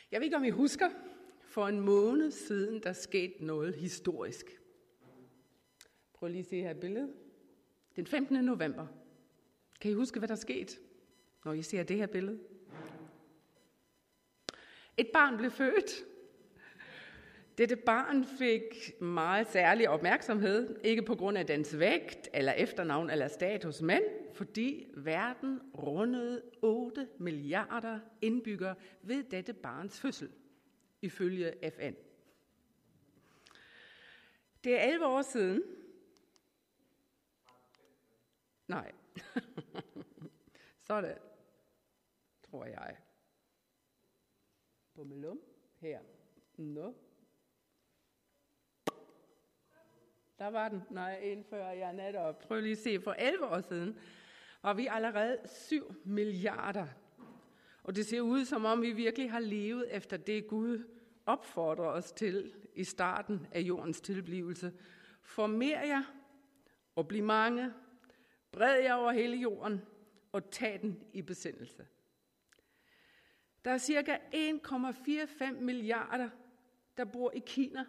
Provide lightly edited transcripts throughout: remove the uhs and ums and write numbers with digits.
Jeg ved ikke, om I husker, for en måned siden, der skete noget historisk. Prøv lige at se her et billede. Den 15. november. Kan I huske, hvad der skete, når I ser det her billede? Et barn blev født. Dette barn fik meget særlig opmærksomhed, ikke på grund af dens vægt, eller efternavn, eller status, men fordi verden rundede 8 milliarder indbyggere ved dette barns fødsel, ifølge FN. Det er 11 år siden. Nej. Sådan, tror jeg. Bummelum. Her. Nå. Der var den. Nej, indfører jeg netop. Prøv lige at se. For 11 år siden var vi allerede 7 milliarder. Og det ser ud, som om vi virkelig har levet efter det, Gud opfordrer os til i starten af jordens tilblivelse. Former jer og bliv mange. Bred jer over hele jorden og tag den i besindelse. Der er cirka 1,45 milliarder, der bor i Kina.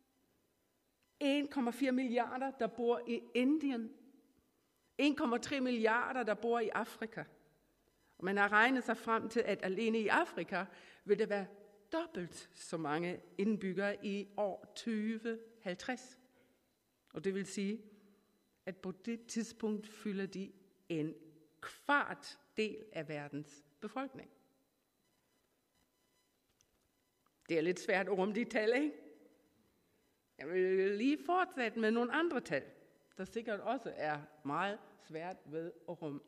1,4 milliarder, der bor i Indien. 1,3 milliarder, der bor i Afrika. Og man har regnet sig frem til, at alene i Afrika vil det være dobbelt så mange indbyggere i år 2050. Og det vil sige, at på det tidspunkt fylder de en kvart del af verdens befolkning. Det er lidt svært at rumme de tal, ikke? Jeg vil lige fortsætte med nogle andre tal, der sikkert også er meget svært ved at rumme.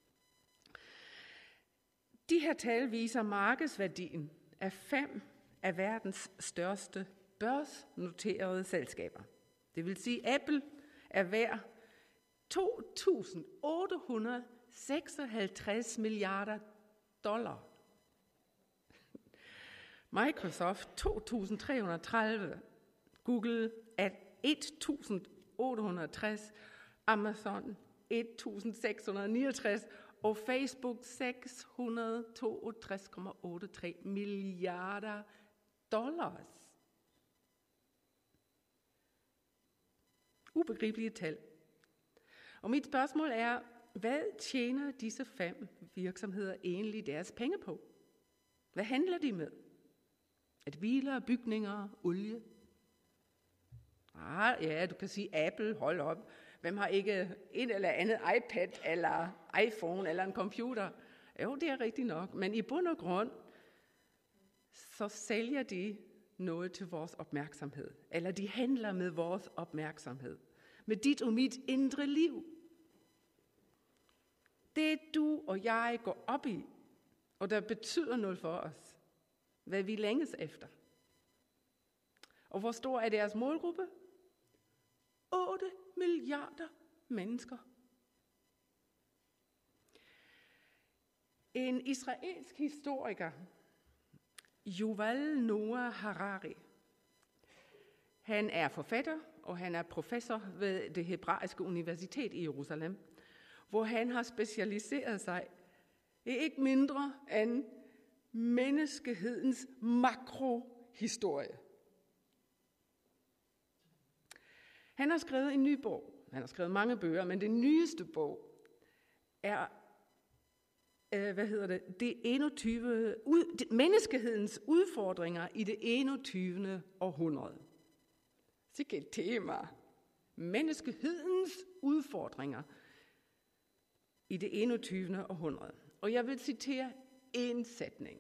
De her tal viser markedsværdien af 5 af verdens største børsnoterede selskaber. Det vil sige, at Apple er værd 2.856 milliarder $. Microsoft 2.330, Google at 1.860, Amazon 1.669 og Facebook 662,83 milliarder $. Ubegribelige tal. Og mit spørgsmål er, hvad tjener disse 5 virksomheder egentlig deres penge på? Hvad handler de med? At hviler, bygninger, olie? Ja, du kan sige Apple, hold op. Hvem har ikke en eller andet iPad, eller iPhone, eller en computer? Jo, det er rigtigt nok. Men i bund og grund, så sælger de noget til vores opmærksomhed. Eller de handler med vores opmærksomhed. Med dit og mit indre liv. Det du og jeg går op i, og der betyder noget for os. Hvad vi længes efter. Og hvor stor er deres målgruppe? 8 milliarder mennesker. En israelsk historiker, Yuval Noah Harari, han er forfatter, og han er professor ved det hebraiske universitet i Jerusalem, hvor han har specialiseret sig i ikke mindre end menneskehedens makrohistorie. Han har skrevet en ny bog. Han har skrevet mange bøger, men den nyeste bog er menneskehedens udfordringer i det 21. århundrede. Sikke et tema. Menneskehedens udfordringer i det 21. århundrede. Og jeg vil citere en sætning.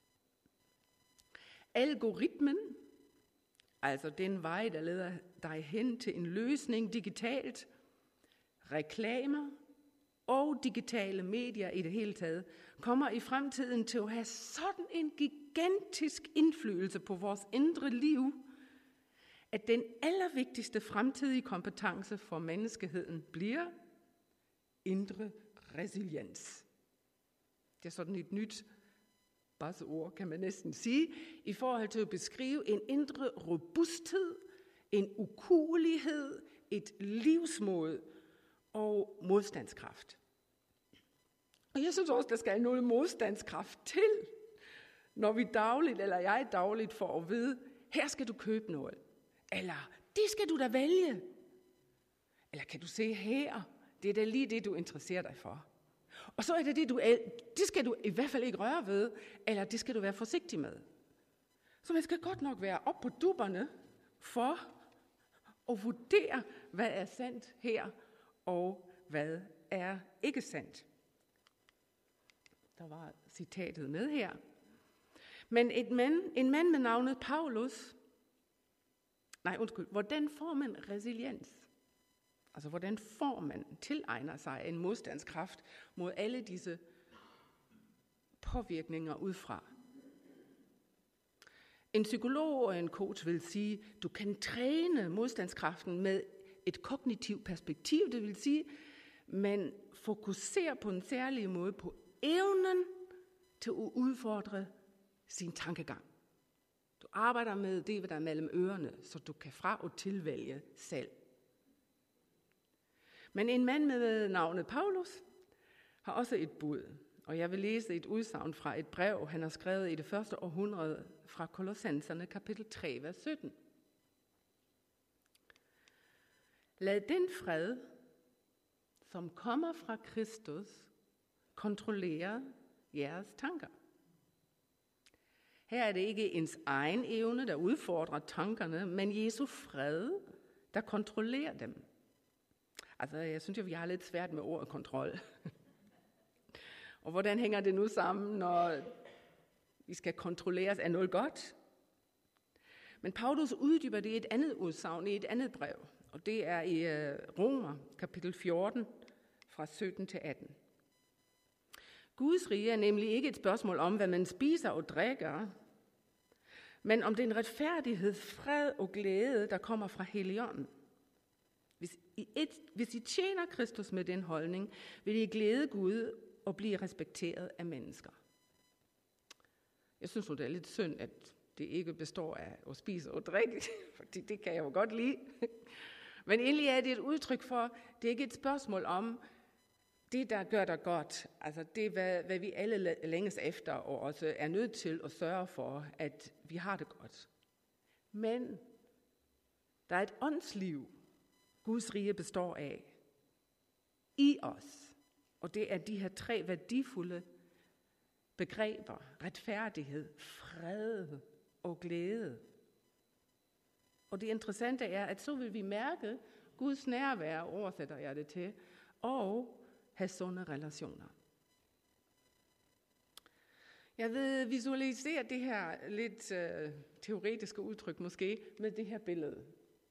Algoritmen, altså den vej, der leder dig hen til en løsning digitalt, reklamer og digitale medier i det hele taget, kommer i fremtiden til at have sådan en gigantisk indflydelse på vores indre liv, at den allervigtigste fremtidige kompetence for menneskeheden bliver indre resiliens. Det er sådan et nyt buzzord, kan man næsten sige, i forhold til at beskrive en indre robusthed, en ukuelighed, et livsmod og modstandskraft. Og jeg synes også, der skal noget modstandskraft til, Når vi dagligt, eller jeg dagligt, får at vide, her skal du købe noget. Eller, det skal du da vælge. Eller kan du se her, det er da lige det, du interesserer dig for. Og så er det det skal du i hvert fald ikke røre ved, eller det skal du være forsigtig med. Så man skal godt nok være op på dupperne for at vurdere, hvad er sandt her, og hvad er ikke sandt. Der var citatet med her. Men en mand med navnet Paulus, hvordan får man resiliens? Altså, hvordan får man tilegner sig en modstandskraft mod alle disse påvirkninger udefra? En psykolog og en coach vil sige, du kan træne modstandskraften med et kognitivt perspektiv. Det vil sige, man fokuserer på en særlig måde på evnen til at udfordre sin tankegang. Du arbejder med det, der er mellem ørerne, så du kan fra og tilvælge selv. Men en mand med navnet Paulus har også et bud, og jeg vil læse et udsagn fra et brev, han har skrevet i det første århundrede fra Kolossenserne, kapitel 3, vers 17. Lad den fred, som kommer fra Kristus, kontrollere jeres tanker. Her er det ikke ens egen evne, der udfordrer tankerne, men Jesu fred, der kontrollerer dem. Altså, jeg synes jo, vi har lidt svært med ordet kontrol. Og hvordan hænger det nu sammen, når vi skal kontrolleres af noget godt? Men Paulus uddyber det i et andet udsagn, i et andet brev. Og det er i Romer, kapitel 14, fra 17 til 18. Guds rige er nemlig ikke et spørgsmål om, hvad man spiser og drikker, men om den retfærdighed, fred og glæde, der kommer fra Helligånden. Hvis I tjener Kristus med den holdning, vil I glæde Gud og blive respekteret af mennesker. Jeg synes det er lidt synd, at det ikke består af at spise og drikke, fordi det kan jeg jo godt lide. Men egentlig er det et udtryk for, det er ikke et spørgsmål om det, der gør dig godt. Altså det, hvad vi alle længes efter, og også er nødt til at sørge for, at vi har det godt. Men der er et åndsliv, Guds rige består af, i os. Og det er de her 3 værdifulde begreber: retfærdighed, fred og glæde. Og det interessante er, at så vil vi mærke Guds nærvær, oversætter jeg det til, og have sunde relationer. Jeg vil visualisere det her lidt teoretiske udtryk måske med det her billede.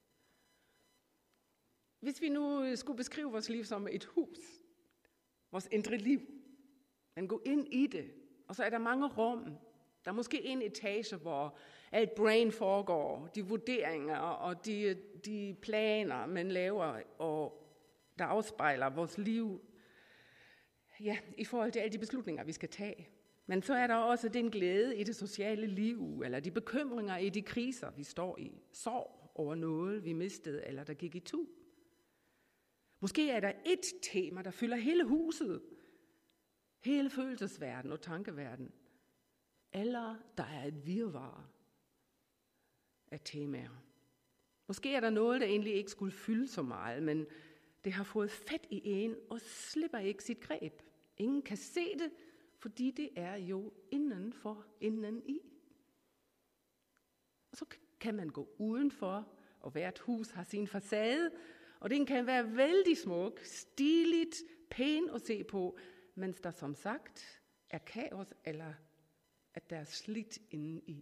Hvis vi nu skulle beskrive vores liv som et hus, vores indre liv, man går ind i det, og så er der mange rum. Der er måske en etage, hvor alt brain foregår, de vurderinger og de planer, man laver, og der afspejler vores liv, ja, i forhold til alle de beslutninger, vi skal tage. Men så er der også den glæde i det sociale liv, eller de bekymringer i de kriser, vi står i. Sorg over noget, vi mistede, eller der gik itu. Måske er der et tema, der fylder hele huset, hele følelsesverden og tankeverden. Eller der er et virvar af temaer. Måske er der noget, der egentlig ikke skulle fylde så meget, men det har fået fat i en og slipper ikke sit greb. Ingen kan se det, fordi det er jo inden i. Og så kan man gå udenfor, og hvert hus har sin facade, og den kan være vældig smuk, stiligt, pæn at se på, mens der som sagt er kaos, eller at der er slidt indeni.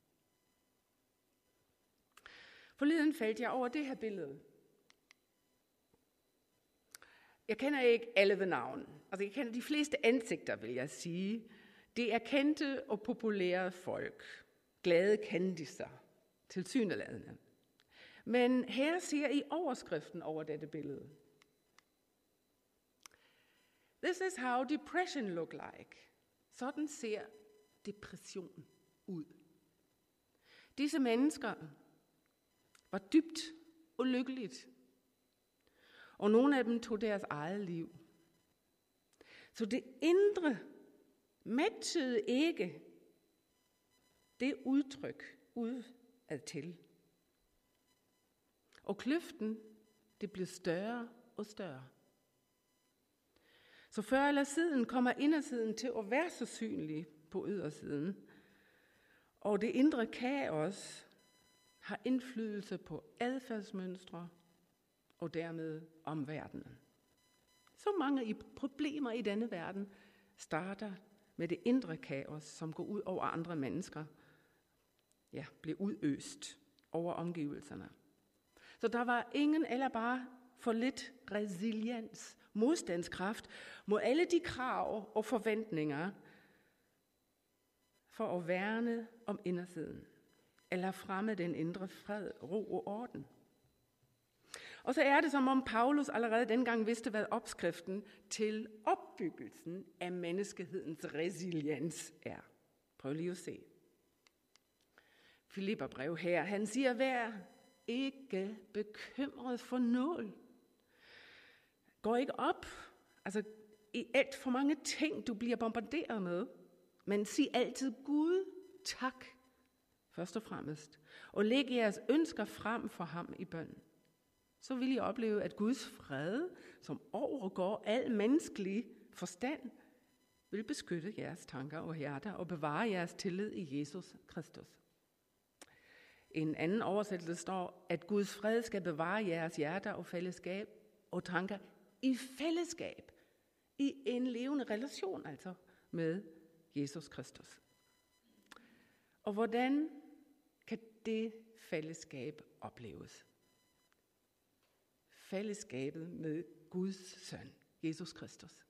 Forleden faldt jeg over det her billede. Jeg kender ikke alle ved navn. Altså, jeg kender de fleste ansigter, vil jeg sige. Det er kendte og populære folk. Glade kendiser. Tilsyneladende. Men her ser I overskriften over dette billede. This is how depression look like. Sådan ser depression ud. Disse mennesker var dybt ulykkeligt, og nogle af dem tog deres eget liv. Så det indre matchede ikke det udtryk udad til. Og kløften, det blev større og større. Så før eller siden kommer indersiden til at være så synlig på ydersiden, og det indre kaos har indflydelse på adfærdsmønstre og dermed omverdenen. Så mange problemer i denne verden starter med det indre kaos, som går ud over andre mennesker, bliver udøst over omgivelserne. Så der var ingen eller bare for lidt resiliens, modstandskraft mod alle de krav og forventninger for at værne om indersiden, eller fremme den indre fred, ro og orden. Og så er det, som om Paulus allerede dengang vidste, hvad opskriften til opbyggelsen af menneskehedens resiliens er. Prøv lige at se. Filipperbrev her, han siger, vær ikke bekymret for nål. Gå ikke op i alt for mange ting, du bliver bombarderet med, men sig altid Gud tak, først og fremmest, og læg jeres ønsker frem for ham i bøn. Så vil I opleve, at Guds fred, som overgår al menneskelig forstand, vil beskytte jeres tanker og hjerter og bevare jeres tillid i Jesus Kristus. I en anden oversættelse står, at Guds fred skal bevare jeres hjerter og fællesskab og tanker i fællesskab, i en levende relation altså med Jesus Kristus. Og hvordan kan det fællesskab opleves? Fællesskabet med Guds søn, Jesus Kristus.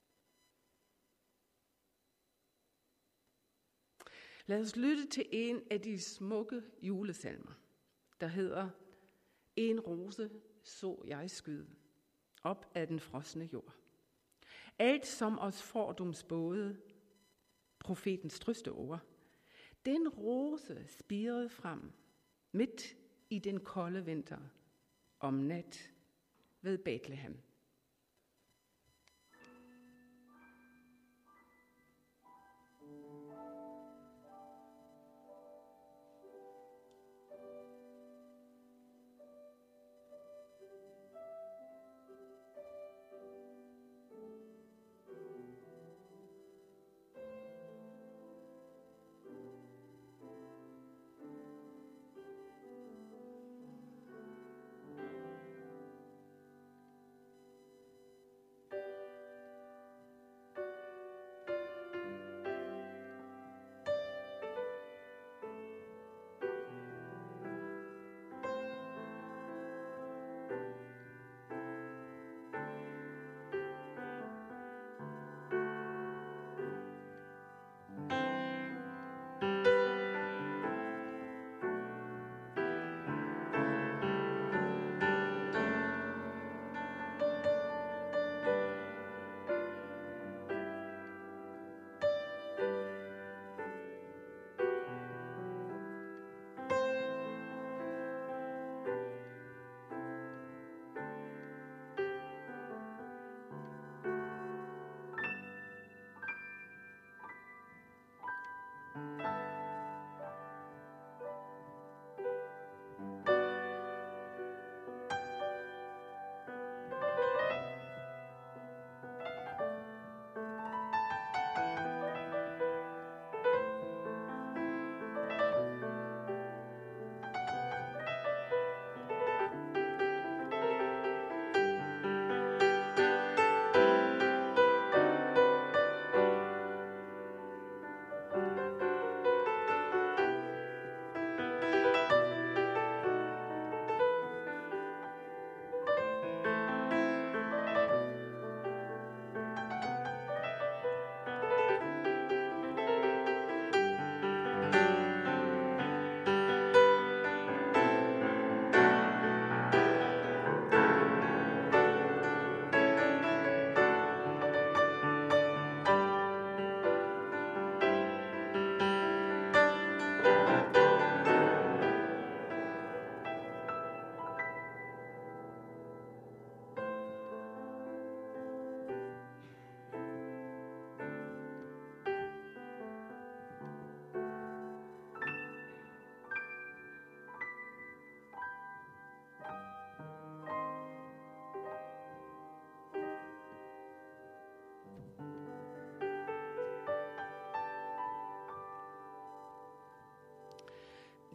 Lad os lytte til en af de smukke julesalmer, der hedder En rose så jeg skyde op af den frosne jord. Alt som os fordums både, profetens trøsteord, den rose spirede frem midt i den kolde vinter om nat ved Bethlehem.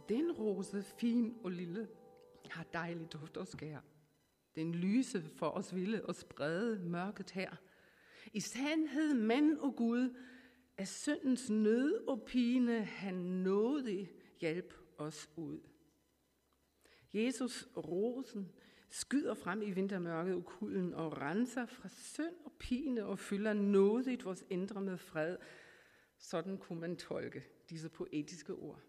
Den rose, fin og lille, har dejlig duft og skær. Den lyse for os vilde og sprede mørket her. I sandhed, mand og Gud, af syndens nød og pine, han nådig hjælp os ud. Jesus, rosen, skyder frem i vintermørket og kulden og renser fra synd og pine og fylder nådigt vores indre med fred. Sådan kunne man tolke disse poetiske ord.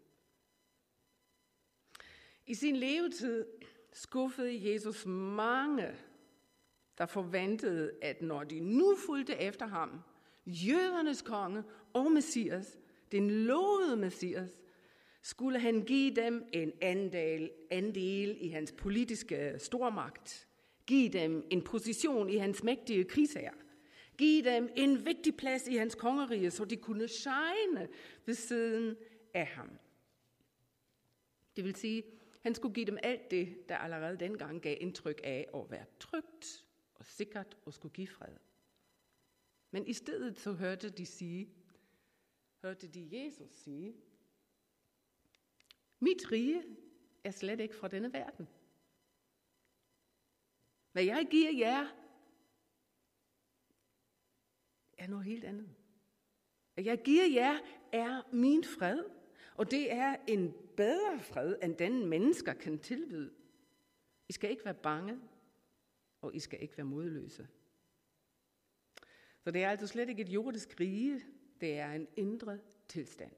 I sin levetid skuffede Jesus mange, der forventede, at når de nu fulgte efter ham, jødernes konge og Messias, den lovede Messias, skulle han give dem en andel i hans politiske stormagt, give dem en position i hans mægtige krigshær, give dem en vigtig plads i hans kongerige, så de kunne shine ved siden af ham. Det vil sige, han skulle give dem alt det, der allerede dengang gav indtryk af at være trygt og sikkert og skulle give fred. Men i stedet så hørte de Jesus sige, mit rige er slet ikke fra denne verden. Hvad jeg giver jer, er noget helt andet. Hvad jeg giver jer, er min fred, og det er en bedre fred, end den mennesker kan tilbyde. I skal ikke være bange, og I skal ikke være modløse. Så det er altså slet ikke et jordisk rige, det er en indre tilstand.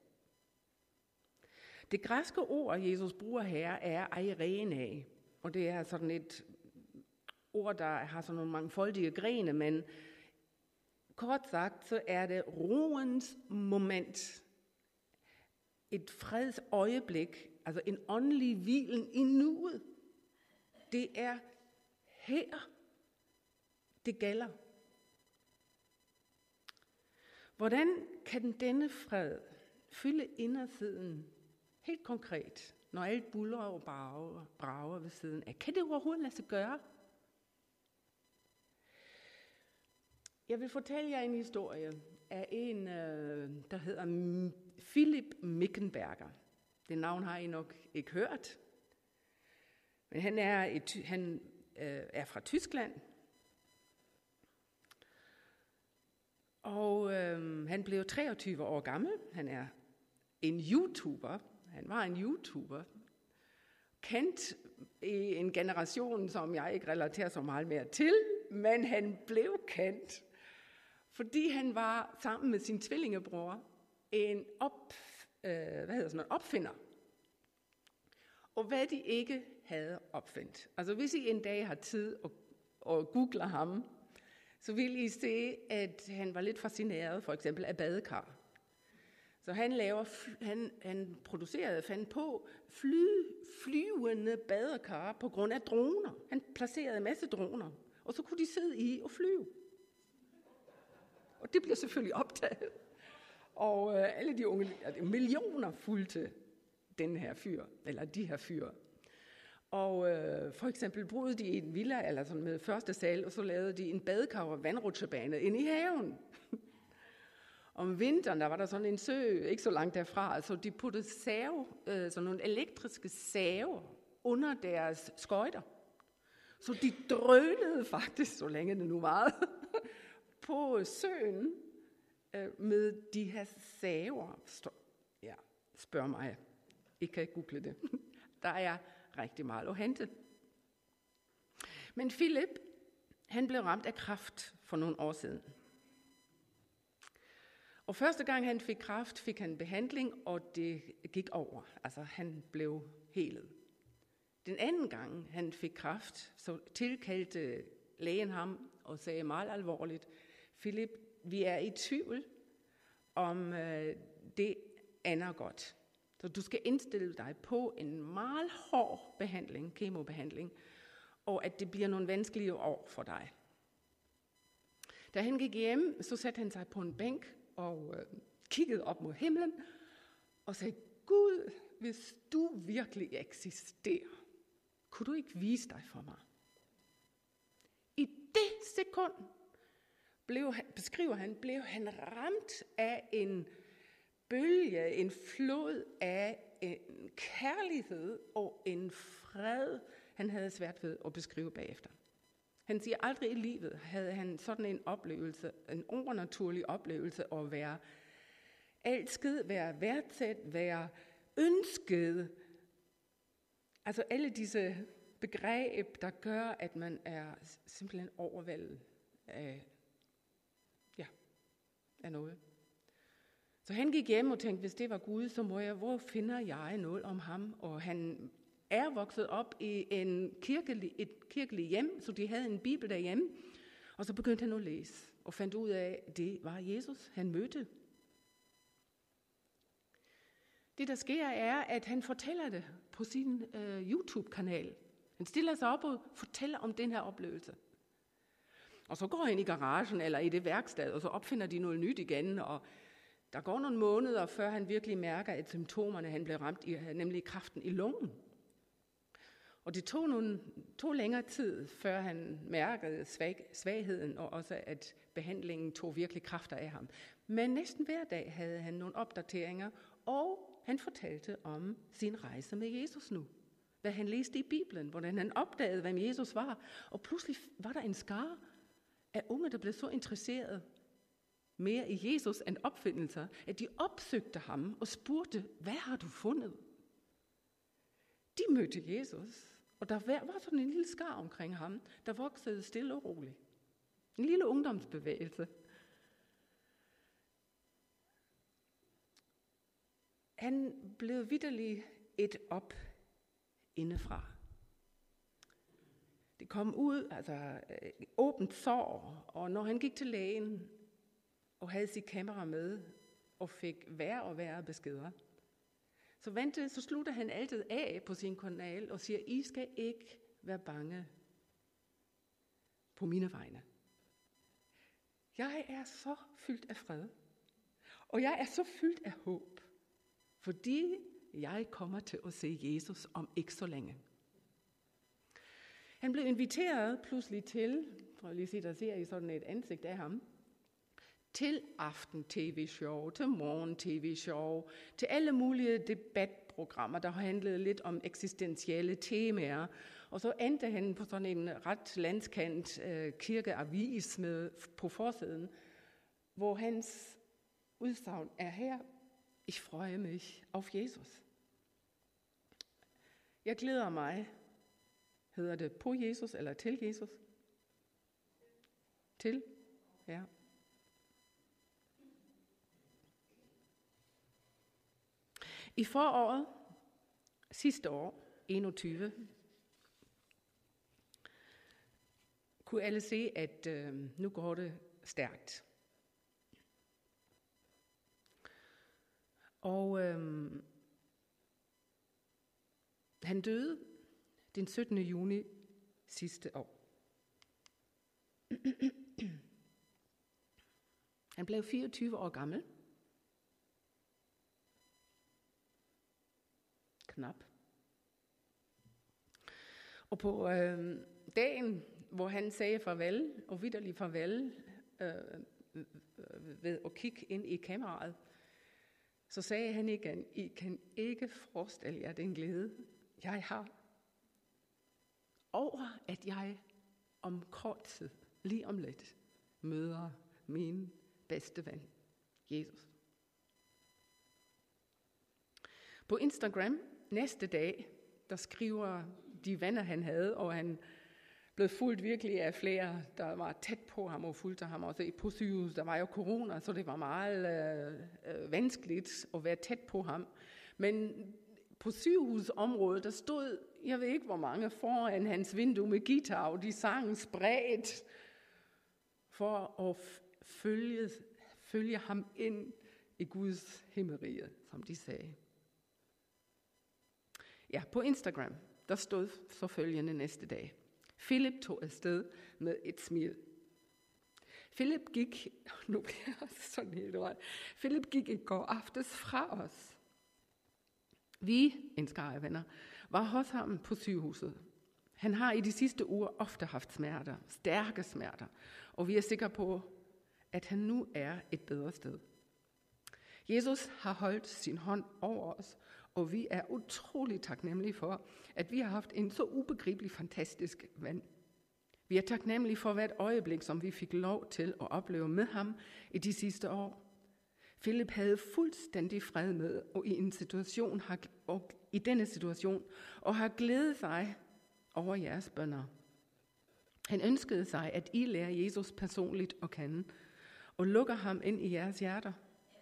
Det græske ord, Jesus bruger her, er airenae, og det er sådan et ord, der har sådan nogle mangfoldige grene, men kort sagt, så er det roens moment, et freds øjeblik, altså en åndelig hvilen i nuet. Det er her, det gælder. Hvordan kan denne fred fylde indersiden helt konkret, når alt buller og brager ved siden af? Kan det overhovedet lade sig gøre? Jeg vil fortælle jer en historie af en, der hedder Philip Mickenberger. Det navn har I nok ikke hørt. Men han er fra Tyskland. Og han blev 23 år gammel. Han er en YouTuber. Han var en YouTuber. Kendt i en generation, som jeg ikke relaterer så meget mere til. Men han blev kendt, fordi han var sammen med sin tvillingebror en opfinder. Og hvad de ikke havde opfundet. Altså hvis I en dag har tid og googler ham, så vil I se, at han var lidt fascineret for eksempel af badekar. Så han fandt på flyvende badekar på grund af droner. Han placerede en masse droner, og så kunne de sidde i og flyve. Og det bliver selvfølgelig optaget. Og alle de unge, millioner fulgte den her fyr, eller de her fyre. Og for eksempel boede de i en villa, eller sådan med første sal, og så lavede de en badekar og vandrutsjebane ind i haven. Om vinteren, der var der sådan en sø, ikke så langt derfra, så de puttede sådan nogle elektriske saver under deres skøjter. Så de drønede faktisk, så længe det nu var, på søen med de her saver. Ja, spørg mig. I kan google det. Der er rigtig meget at hente. Men Philip, han blev ramt af kræft for nogle år siden. Og første gang han fik kræft, fik han behandling, og det gik over. Altså han blev helet. Den anden gang han fik kræft, så tilkaldte lægen ham og sagde meget alvorligt, Philip, vi er i tvivl om det ender godt. Så du skal indstille dig på en meget hård behandling, kemobehandling, og at det bliver nogle vanskelige år for dig. Da han gik hjem, så satte han sig på en bænk og kiggede op mod himlen og sagde, Gud, hvis du virkelig eksisterer, kunne du ikke vise dig for mig? I det sekund blev han ramt af en bølge, en flod af en kærlighed og en fred, han havde svært ved at beskrive bagefter. Han siger, aldrig i livet havde han sådan en oplevelse, en overnaturlig oplevelse at være elsket, være værdsat, være ønsket. Altså alle disse begreb, der gør, at man er simpelthen overvældet af noget. Så han gik hjem og tænkte, hvis det var Gud, så hvor finder jeg noget om ham? Og han er vokset op i et kirkeligt hjem, så de havde en bibel derhjemme. Og så begyndte han at læse og fandt ud af, at det var Jesus, han mødte. Det, der sker, er, at han fortæller det på sin YouTube-kanal. Han stiller sig op og fortæller om den her oplevelse. Og så går han i garagen eller i det værksted, og så opfinder de noget nyt igen. Og der går nogle måneder, før han virkelig mærker, at symptomerne, han blev ramt i, nemlig kræften i lungen. Og det tog længere tid, før han mærkede svagheden, og også at behandlingen tog virkelig kræfter af ham. Men næsten hver dag havde han nogle opdateringer, og han fortalte om sin rejse med Jesus nu. Hvad han læste i Bibelen, hvordan han opdagede, hvem Jesus var. Og pludselig var der en skare af unge, der blev så interesseret mere i Jesus end opfindelser, at de opsøgte ham og spurgte, hvad har du fundet? De mødte Jesus, og der var sådan en lille skare omkring ham, der voksede stille og roligt. En lille ungdomsbevægelse. Han blev vitterlig et op indefra. Det kom ud, altså åbent sår, og når han gik til lægen og havde sit kamera med og fik værre og værre beskeder, så slutter han altid af på sin kanal og siger, I skal ikke være bange på mine vegne. Jeg er så fyldt af fred, og jeg er så fyldt af håb, fordi jeg kommer til at se Jesus om ikke så længe. Han blev inviteret pludselig til, og lige se, der ser I sådan et ansigt af ham, til aften-tv-show, til morgen-tv-show, til alle mulige debatprogrammer, der handlede lidt om eksistentielle temaer. Og så endte han på sådan en ret landskendt kirkeavis på forsiden, hvor hans udsagn er her, ich freue mich auf Jesus. Jeg glæder mig, hedder det på Jesus eller til Jesus? Til? Ja. I foråret, sidste år, 21, kunne alle se, at nu går det stærkt. Og han døde den 17. juni sidste år. Han blev 24 år gammel. Knap. Og på dagen, hvor han sagde farvel, og vitterlig farvel, ved at kigge ind i kameraet, så sagde han igen, I kan ikke forestille jer den glæde, jeg har over, at jeg om kort tid, lige om lidt, møder min bedste ven, Jesus. På Instagram næste dag, der skriver de venner, han havde, og han blev fulgt virkelig af flere, der var tæt på ham og fulgte ham. Også på sygehus, der var jo corona, så det var meget vanskeligt at være tæt på ham. Men på sygehusområdet, der stod, jeg ved ikke hvor mange, foran hans vindue med guitar, og de sang spredt for at følge ham ind i Guds himmelrige, som de sagde. Ja, på Instagram, der stod så følgende næste dag. Philip tog afsted med et smil. Philip gik i går aftes fra os. Vi, en skare af venner, var hos ham på sygehuset. Han har i de sidste uger ofte haft smerter, stærke smerter, og vi er sikre på, at han nu er et bedre sted. Jesus har holdt sin hånd over os Og vi er utrolig taknemmelige for, at vi har haft en så ubegribelig fantastisk ven. Vi er taknemmelige for hvert øjeblik, som vi fik lov til at opleve med ham i de sidste år. Philip havde fuldstændig fred med og i denne situation og har glædet sig over jeres bønner. Han ønskede sig, at I lærer Jesus personligt at kende og lukker ham ind i jeres hjerter.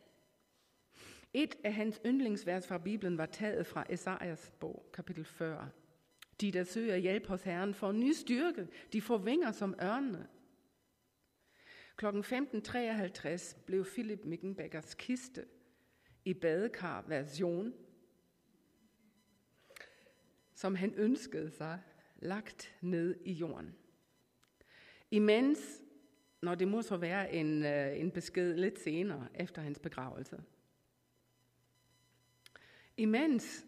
Et af hans yndlingsvers fra Bibelen var taget fra Esajas bog, kapitel 40. De, der søger hjælp hos Herren, får ny styrke. De får vinger som ørnene. Klokken 15.53 blev Philip Mickenbeckers kiste i badekar-version, som han ønskede sig, lagt ned i jorden. Imens, når det må så være en besked lidt senere efter hans begravelse. Imens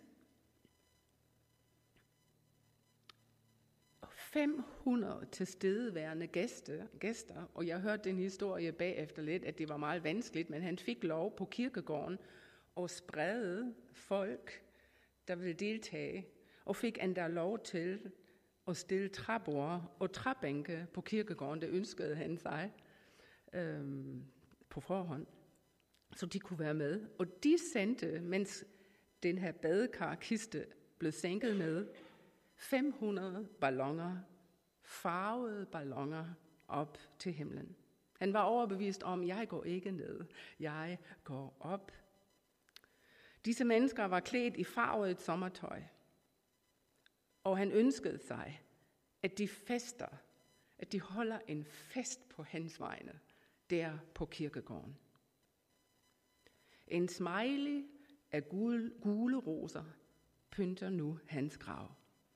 500 tilstedeværende gæster, og jeg hørte den historie bagefter lidt, at det var meget vanskeligt, men han fik lov på kirkegården at sprede folk, der ville deltage, og fik endda lov til at stille træbord og træbænke på kirkegården. Det ønskede han sig på forhånd, så de kunne være med. Og de sendte, mens den her badekarkiste blev sænket ned, 500 balloner, farvede balloner op til himlen. Han var overbevist om, jeg går ikke ned, jeg går op. Disse mennesker var klædt i farvet sommertøj, og han ønskede sig, at de fester, at de holder en fest på hans vegne, der på kirkegården. En smiley af gule roser pynter nu hans grav.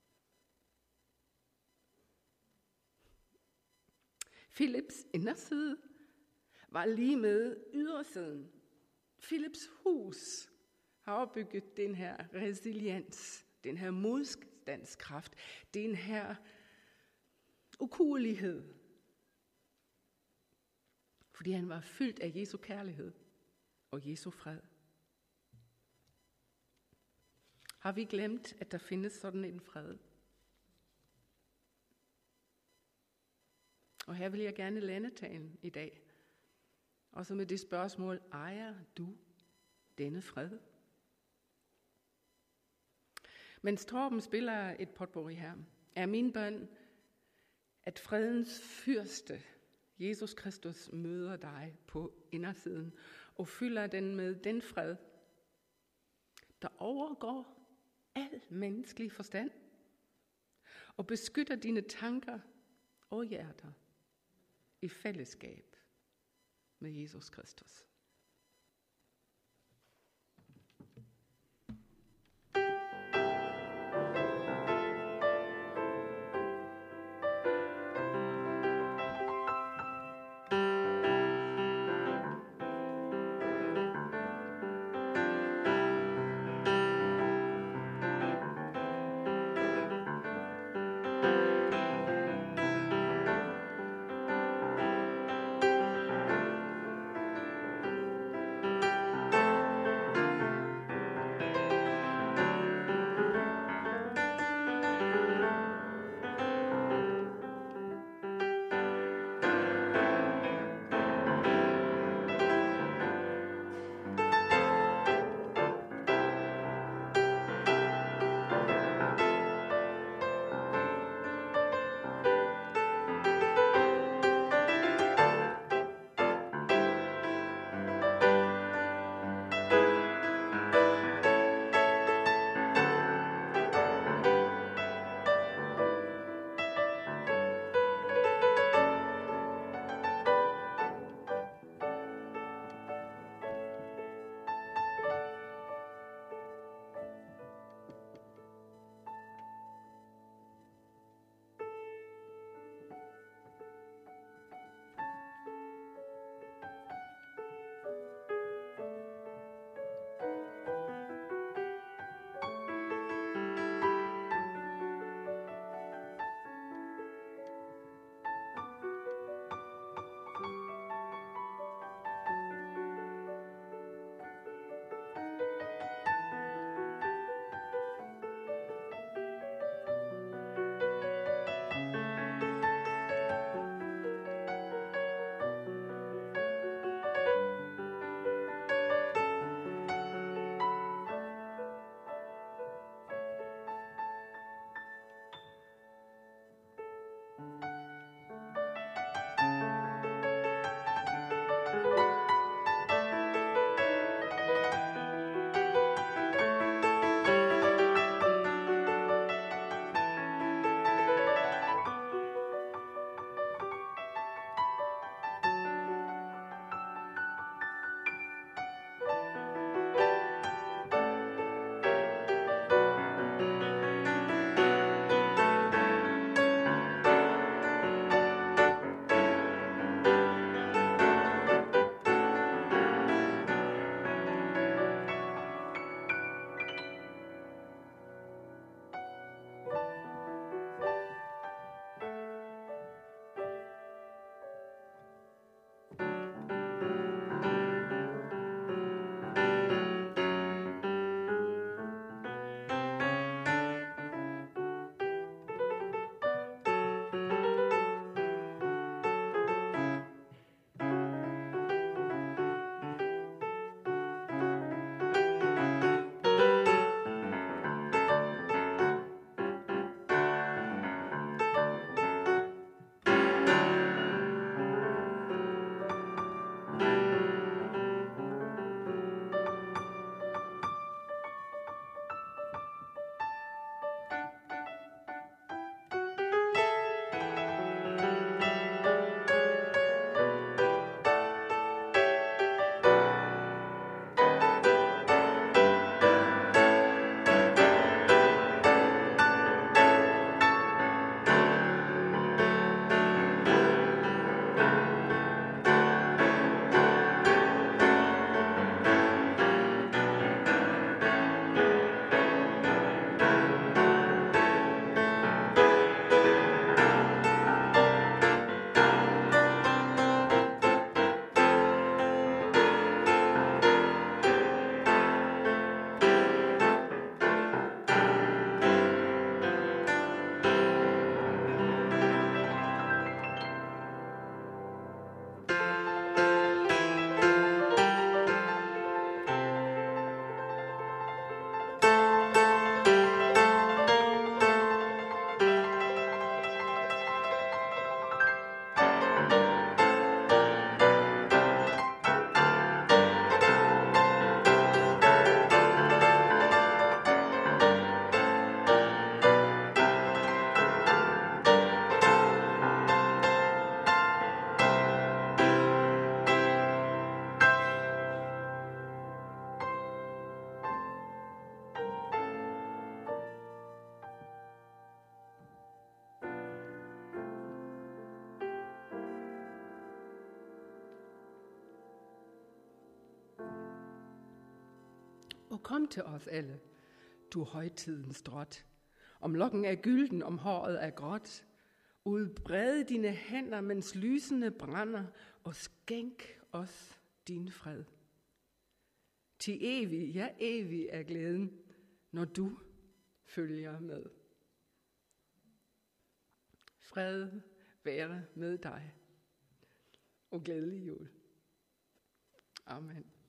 Philips inderside var lige med ydersiden. Philips hus har opbygget den her resiliens, den her modstandskraft, den her ukuelighed. Fordi han var fyldt af Jesu kærlighed og Jesu fred. Har vi glemt, at der findes sådan en fred? Og her vil jeg gerne lande talen i dag. Også med det spørgsmål, ejer du denne fred? Mens Torben spiller et potpourri her, er min bøn, at fredens fyrste, Jesus Kristus, møder dig på indersiden og fylder den med den fred, der overgår al menneskelig forstand og beskytter dine tanker og hjerter i fællesskab med Jesus Kristus. kom til os alle, du højtidens drot. Om lokken er gylden, om håret er gråt. Udbred dine hænder, mens lysene brænder, og skænk os din fred. Til evig, ja evig er glæden, når du følger med. Fred være med dig, og glædelig jul. Amen.